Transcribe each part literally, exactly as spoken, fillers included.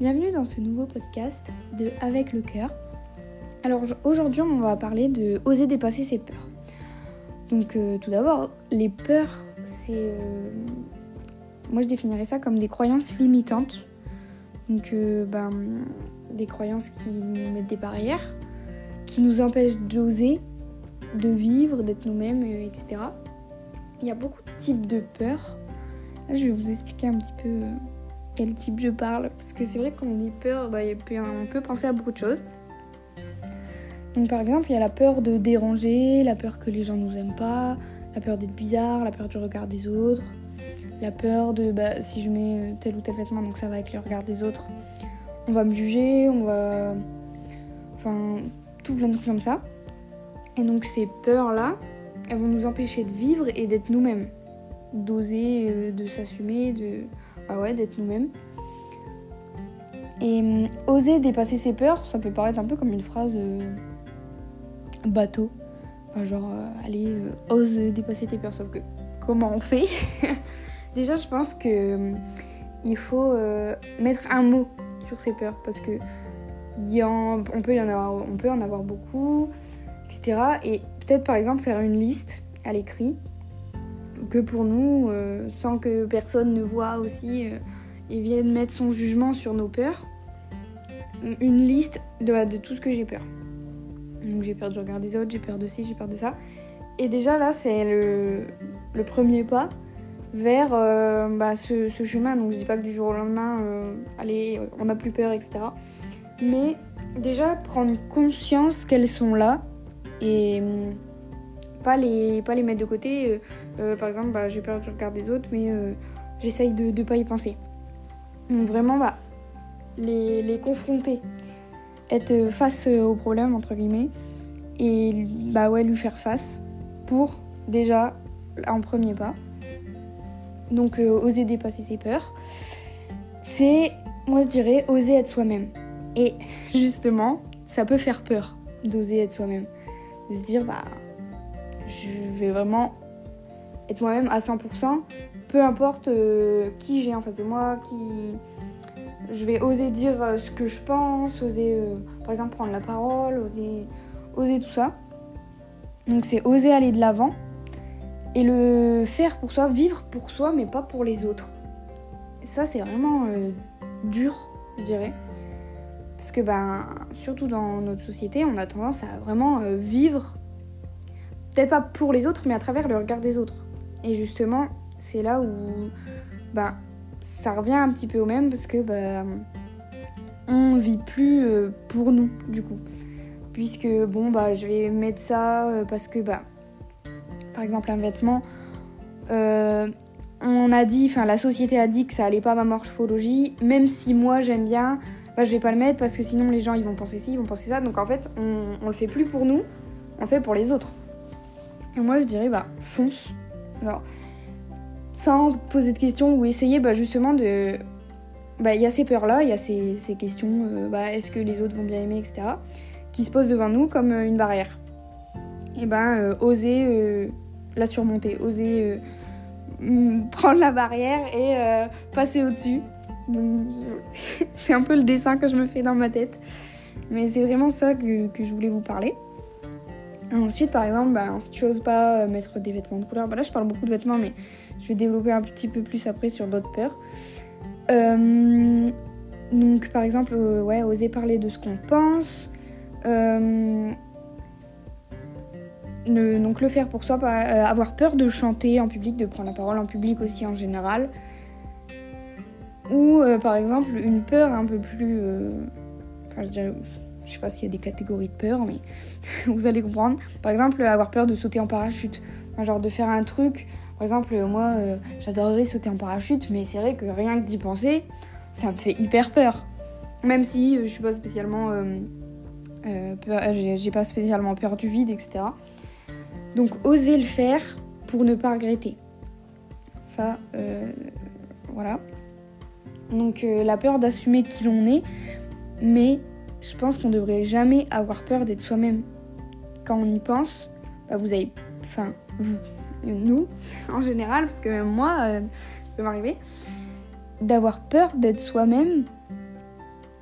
bienvenue dans ce nouveau podcast de Avec le cœur. Alors aujourd'hui on va parler de oser dépasser ses peurs. Donc euh, tout d'abord, les peurs, c'est... Euh, moi je définirais ça comme des croyances limitantes. Donc euh, ben, des croyances qui nous mettent des barrières, qui nous empêchent d'oser, de vivre, d'être nous-mêmes, euh, et cetera. Il y a beaucoup de types de peurs. Là je vais vous expliquer un petit peu... Euh, quel type je parle, parce que c'est vrai qu'on dit peur, bah, on peut penser à beaucoup de choses. Donc par exemple, il y a la peur de déranger, la peur que les gens nous aiment pas, la peur d'être bizarre, la peur du regard des autres, la peur de bah, si je mets tel ou tel vêtement, donc ça va avec le regard des autres, on va me juger, on va... Enfin, tout plein de trucs comme ça. Et donc ces peurs-là, elles vont nous empêcher de vivre et d'être nous-mêmes, d'oser, euh, de s'assumer, de... Ah ouais, d'être nous-mêmes. Et euh, oser dépasser ses peurs, ça peut paraître un peu comme une phrase euh, bateau. Enfin, genre, euh, allez, euh, ose dépasser tes peurs. Sauf que, comment on fait? Déjà, je pense que euh, il faut euh, mettre un mot sur ses peurs. Parce que y en, on, peut y en avoir, on peut en avoir beaucoup, et cetera. Et peut-être, par exemple, faire une liste à l'écrit. Que pour nous, euh, sans que personne ne voit aussi euh, et vienne mettre son jugement sur nos peurs, une liste de, de tout ce que j'ai peur. Donc j'ai peur du regard des autres, j'ai peur de ci, j'ai peur de ça. Et déjà là, c'est le, le premier pas vers euh, bah, ce, ce chemin. Donc je dis pas que du jour au lendemain, euh, allez, on n'a plus peur, et cetera. Mais déjà prendre conscience qu'elles sont là et... Pas les, pas les mettre de côté. Euh, euh, par exemple, bah, j'ai peur du regard des autres, mais euh, j'essaye de ne pas y penser. Donc vraiment, bah, les, les confronter. Être face au problème, entre guillemets. Et bah ouais, lui faire face pour, déjà, en premier pas. Donc, euh, oser dépasser ses peurs. C'est, moi je dirais, oser être soi-même. Et justement, ça peut faire peur d'oser être soi-même. De se dire, bah... je vais vraiment être moi-même à cent pour cent, peu importe euh, qui j'ai en face de moi, qui... je vais oser dire euh, ce que je pense, oser, euh, par exemple, prendre la parole, oser, oser tout ça. Donc c'est oser aller de l'avant et le faire pour soi, vivre pour soi, mais pas pour les autres. Et ça, c'est vraiment euh, dur, je dirais. Parce que, ben, surtout dans notre société, on a tendance à vraiment euh, vivre peut-être pas pour les autres, mais à travers le regard des autres. Et justement, c'est là où bah, ça revient un petit peu au même, parce que bah, on vit plus euh, pour nous, du coup. Puisque, bon, bah, je vais mettre ça euh, parce que, bah, par exemple, un vêtement, euh, on a dit, enfin, la société a dit que ça allait pas à ma morphologie, même si moi j'aime bien, bah, je vais pas le mettre parce que sinon les gens ils vont penser ci, ils vont penser ça. Donc en fait, on, on le fait plus pour nous, on le fait pour les autres. Et moi je dirais bah fonce, alors sans poser de questions ou essayer bah justement de... Bah il y a ces peurs là, il y a ces, ces questions, euh, bah est-ce que les autres vont bien aimer, et cetera qui se posent devant nous comme euh, une barrière. Et ben euh, oser euh, la surmonter, oser euh, prendre la barrière et euh, passer au-dessus. Donc, je... c'est un peu le dessin que je me fais dans ma tête. Mais c'est vraiment ça que, que je voulais vous parler. Ensuite, par exemple, bah, si tu n'oses pas mettre des vêtements de couleur, bah là je parle beaucoup de vêtements, mais je vais développer un petit peu plus après sur d'autres peurs. Euh, donc, par exemple, euh, ouais, oser parler de ce qu'on pense. Euh, le, donc, le faire pour soi, bah, euh, avoir peur de chanter en public, de prendre la parole en public aussi en général. Ou, euh, par exemple, une peur un peu plus... Euh, enfin, je dirais... Je sais pas s'il y a des catégories de peur, mais vous allez comprendre. Par exemple, avoir peur de sauter en parachute. Enfin, genre de faire un truc. Par exemple, moi, euh, j'adorerais sauter en parachute, mais c'est vrai que rien que d'y penser, ça me fait hyper peur. Même si euh, je suis pas spécialement... Euh, euh, peur, j'ai, j'ai pas spécialement peur du vide, et cetera. Donc, oser le faire pour ne pas regretter. Ça, euh, voilà. Donc, euh, la peur d'assumer qui l'on est, mais... je pense qu'on devrait jamais avoir peur d'être soi-même. Quand on y pense, bah vous avez, enfin vous, nous en général, parce que même moi, euh, ça peut m'arriver, d'avoir peur d'être soi-même,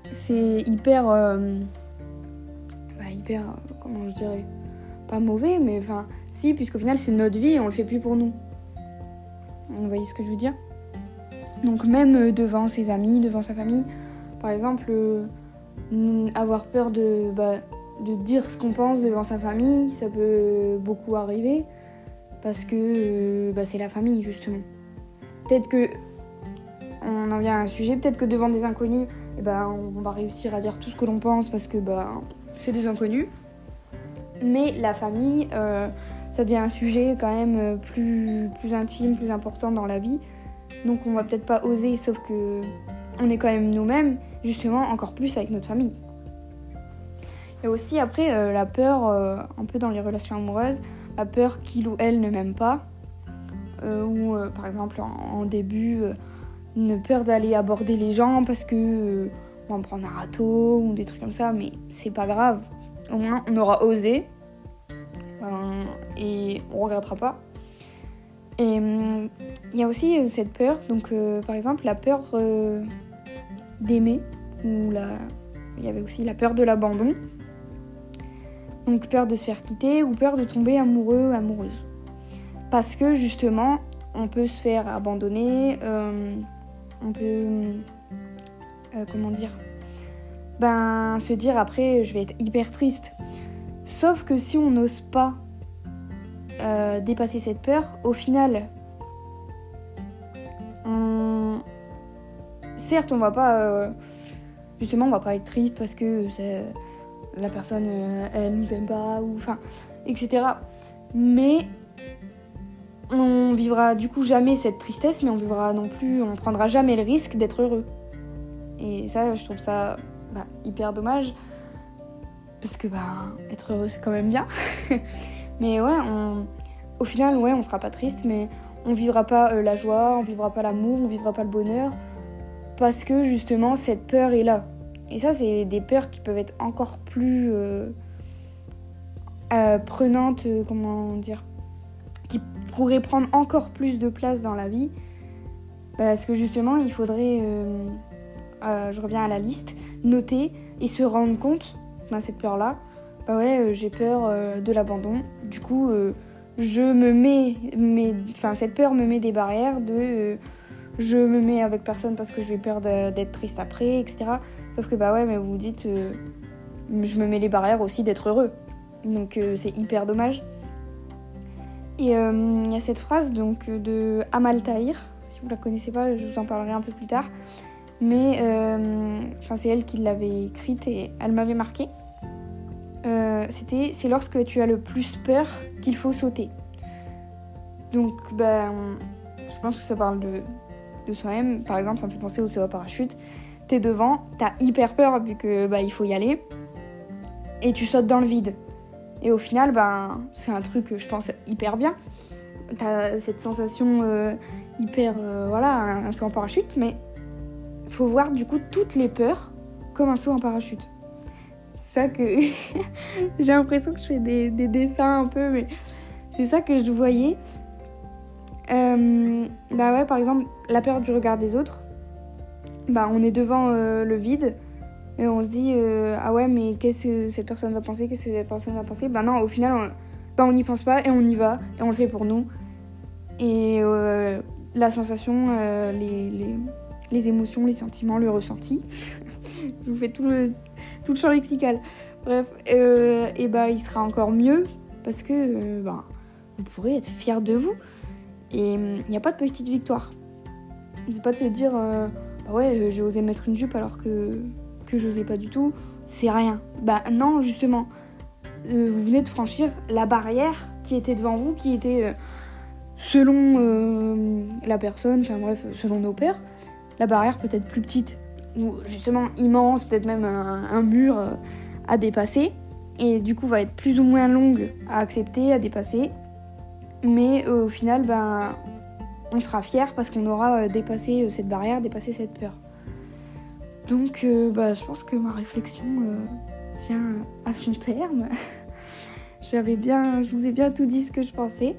c'est hyper... Euh, bah, hyper... Comment je dirais, pas mauvais, mais enfin... Si, puisqu'au final, c'est notre vie et on le fait plus pour nous. Vous voyez ce que je veux dire ? Donc même devant ses amis, devant sa famille, par exemple, euh, avoir peur de, bah, de dire ce qu'on pense devant sa famille, ça peut beaucoup arriver, parce que euh, bah, c'est la famille, justement. Peut-être que, on en vient à un sujet, peut-être que devant des inconnus, eh ben, on va réussir à dire tout ce que l'on pense, parce que bah, c'est des inconnus. Mais la famille, euh, ça devient un sujet quand même plus, plus intime, plus important dans la vie. Donc on va peut-être pas oser, sauf que on est quand même nous-mêmes, justement encore plus avec notre famille. Il y a aussi après euh, la peur, euh, un peu dans les relations amoureuses, la peur qu'il ou elle ne m'aime pas, euh, ou euh, par exemple en, en début, euh, une peur d'aller aborder les gens parce que euh, on va me prendre un râteau ou des trucs comme ça, mais c'est pas grave. Au moins on aura osé euh, et on regrettera pas. Et il euh, y a aussi euh, cette peur, donc euh, par exemple la peur euh, d'aimer, ou la... il y avait aussi la peur de l'abandon, donc peur de se faire quitter ou peur de tomber amoureux ou amoureuse. Parce que justement, on peut se faire abandonner, euh, on peut, euh, comment dire, ben se dire après je vais être hyper triste. Sauf que si on n'ose pas Euh, dépasser cette peur, au final, on... certes, on va pas, euh... justement, on va pas être triste parce que c'est... la personne, euh, elle nous aime pas, ou enfin, et cetera. Mais on vivra du coup jamais cette tristesse, mais on vivra non plus, on prendra jamais le risque d'être heureux. Et ça, je trouve ça bah, hyper dommage, parce que bah, être heureux, c'est quand même bien. Mais ouais, on... au final, ouais, on sera pas triste, mais on vivra pas euh, la joie, on vivra pas l'amour, on vivra pas le bonheur, parce que justement, cette peur est là. Et ça, c'est des peurs qui peuvent être encore plus euh, euh, prenantes, euh, comment dire, qui pourraient prendre encore plus de place dans la vie, parce que justement, il faudrait, euh, euh, je reviens à la liste, noter et se rendre compte dans cette peur-là. Bah ouais, euh, j'ai peur euh, de l'abandon. Du coup, euh, je me mets, mais, enfin, cette peur me met des barrières de, euh, je me mets avec personne parce que j'ai peur de, d'être triste après, et cetera. Sauf que bah ouais, mais vous vous dites, euh, je me mets les barrières aussi d'être heureux. Donc euh, c'est hyper dommage. Et il euh, y a cette phrase donc de Amal Tahir. Si vous la connaissez pas, je vous en parlerai un peu plus tard. Mais euh, c'est elle qui l'avait écrite et elle m'avait marquée. Euh, c'était c'est lorsque tu as le plus peur qu'il faut sauter. Donc ben je pense que ça parle de, de soi-même. Par exemple, ça me fait penser au saut à parachute. T'es devant, t'as hyper peur vu que bah, il faut y aller et tu sautes dans le vide. Et au final, ben c'est un truc je pense hyper bien. T'as cette sensation euh, hyper euh, voilà, un, un saut en parachute, mais faut voir du coup toutes les peurs comme un saut en parachute. Ça que j'ai l'impression que je fais des, des dessins un peu, mais c'est ça que je voyais. Euh, bah ouais, par exemple, la peur du regard des autres. Bah on est devant euh, le vide et on se dit euh, ah ouais mais qu'est-ce que cette personne va penser, qu'est-ce que cette personne va penser. Bah non, au final on, bah on n'y pense pas et on y va et on le fait pour nous. Et euh, la sensation, euh, les, les, les émotions, les sentiments, le ressenti. Je vous fais tout le, tout le champ lexical. Bref, euh, et bah il sera encore mieux parce que euh, bah, vous pourrez être fiers de vous. Et il n'y a pas de petite victoire. C'est pas de se dire euh, bah ouais j'ai osé mettre une jupe alors que, que j'osais pas du tout. C'est rien. Bah non justement. Euh, vous venez de franchir la barrière qui était devant vous, qui était euh, selon euh, la personne, enfin bref, selon nos peurs, la barrière peut-être plus petite. Ou justement immense, peut-être même un, un mur euh, à dépasser. Et du coup va être plus ou moins longue à accepter, à dépasser. Mais euh, au final, ben, on sera fiers parce qu'on aura euh, dépassé euh, cette barrière, dépassé cette peur. Donc, euh, bah, je pense que ma réflexion euh, vient à son terme. J'avais bien, je vous ai bien tout dit ce que je pensais.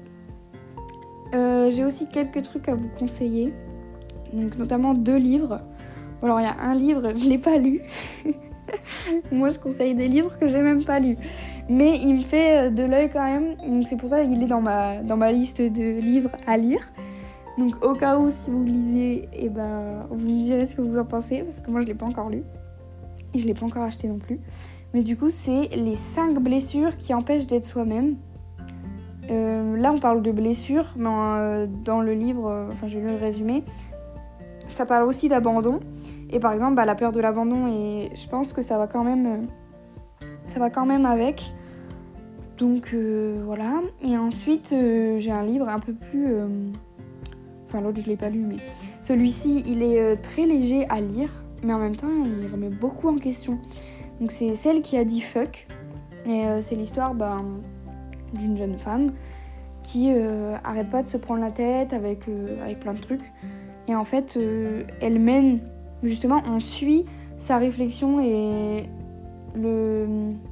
Euh, j'ai aussi quelques trucs à vous conseiller, donc notamment deux livres. Bon, alors il y a un livre, je l'ai pas lu. Moi je conseille des livres que j'ai même pas lus. Mais il me fait de l'œil quand même. Donc c'est pour ça qu'il est dans ma, dans ma liste de livres à lire. Donc au cas où si vous le lisez, et ben, vous me direz ce que vous en pensez. Parce que moi je l'ai pas encore lu. Et je l'ai pas encore acheté non plus. Mais du coup c'est les cinq blessures qui empêchent d'être soi-même. Euh, là on parle de blessures. Mais euh, dans le livre, euh, enfin j'ai lu le résumé. Ça parle aussi d'abandon. Et par exemple, bah, la peur de l'abandon, et je pense que ça va quand même, euh, ça va quand même avec. Donc euh, voilà. Et ensuite, euh, j'ai un livre un peu plus... Euh... Enfin, l'autre, je ne l'ai pas lu, mais celui-ci, il est euh, très léger à lire, mais en même temps, il remet beaucoup en question. Donc c'est Celle qui a dit fuck. Et euh, c'est l'histoire bah, d'une jeune femme qui euh, arrête pas de se prendre la tête avec, euh, avec plein de trucs. Et en fait, euh, elle mène... Justement, on suit sa réflexion et le...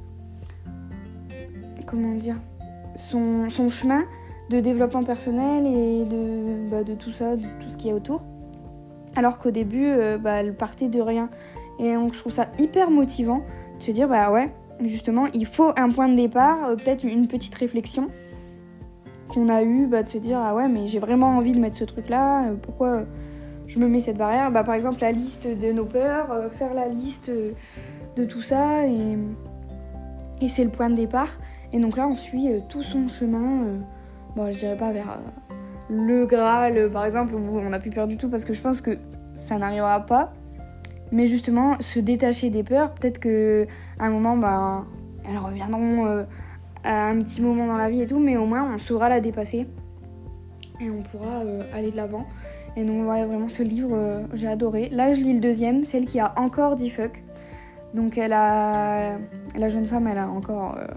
Comment dire son, son chemin de développement personnel et de, bah, de tout ça, de tout ce qu'il y a autour. Alors qu'au début, euh, bah, elle partait de rien. Et donc, je trouve ça hyper motivant de se dire, bah ouais, justement, il faut un point de départ, euh, peut-être une petite réflexion qu'on a eue, bah, de se dire, ah ouais, mais j'ai vraiment envie de mettre ce truc-là, euh, pourquoi... Euh, je me mets cette barrière, bah, par exemple la liste de nos peurs, euh, faire la liste de tout ça, et, et c'est le point de départ. Et donc là on suit euh, tout son chemin, euh, bon je dirais pas vers euh, le Graal euh, par exemple, où on n'a plus peur du tout parce que je pense que ça n'arrivera pas, mais justement se détacher des peurs, peut-être qu'à un moment bah, elles reviendront euh, à un petit moment dans la vie et tout, mais au moins on saura la dépasser et on pourra euh, aller de l'avant. Et donc ouais, vraiment ce livre, euh, j'ai adoré. Là je lis le deuxième, celle qui a encore dit fuck. Donc elle a... La jeune femme, elle a encore euh,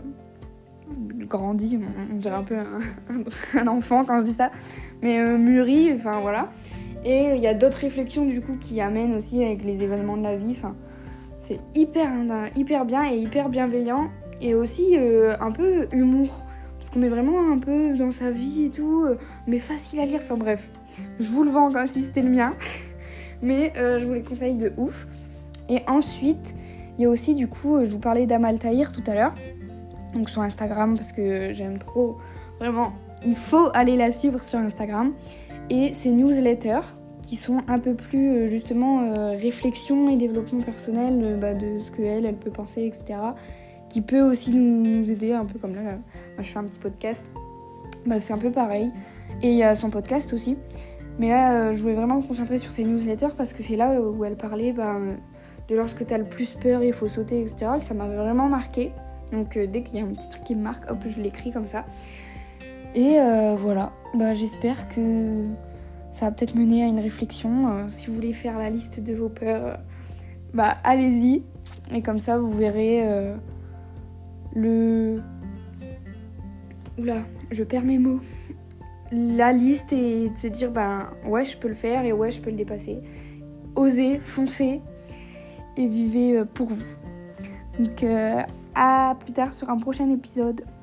grandi, on dirait un peu un, un enfant quand je dis ça, mais euh, mûri, enfin voilà. Et il y a d'autres réflexions du coup qui amènent aussi avec les événements de la vie. Enfin, c'est hyper, hyper bien et hyper bienveillant. Et aussi euh, un peu humour. Parce qu'on est vraiment un peu dans sa vie et tout, euh, mais facile à lire, enfin bref. Je vous le vends comme si c'était le mien, mais euh, je vous les conseille de ouf. Et ensuite, il y a aussi du coup, je vous parlais d'Amal Tahir tout à l'heure, donc sur Instagram parce que j'aime trop, vraiment, il faut aller la suivre sur Instagram. Et ses newsletters qui sont un peu plus justement euh, réflexion et développement personnel euh, bah, de ce qu'elle, elle peut penser, et cetera. Qui peut aussi nous, nous aider, un peu comme là, là, moi je fais un petit podcast, bah, c'est un peu pareil. Et il y a son podcast aussi. Mais là, euh, je voulais vraiment me concentrer sur ses newsletters parce que c'est là où elle parlait bah, de lorsque t'as le plus peur, il faut sauter, et cetera. Et ça m'avait vraiment marqué. Donc euh, dès qu'il y a un petit truc qui me marque, hop, je l'écris comme ça. Et euh, voilà, bah, j'espère que ça va peut-être mener à une réflexion. Euh, si vous voulez faire la liste de vos peurs, bah allez-y. Et comme ça, vous verrez... Euh, le... Oula, je perds mes mots. La liste et de se dire, ben ouais, je peux le faire et ouais, je peux le dépasser. Osez, foncez et vivez pour vous. Donc, euh, à plus tard sur un prochain épisode.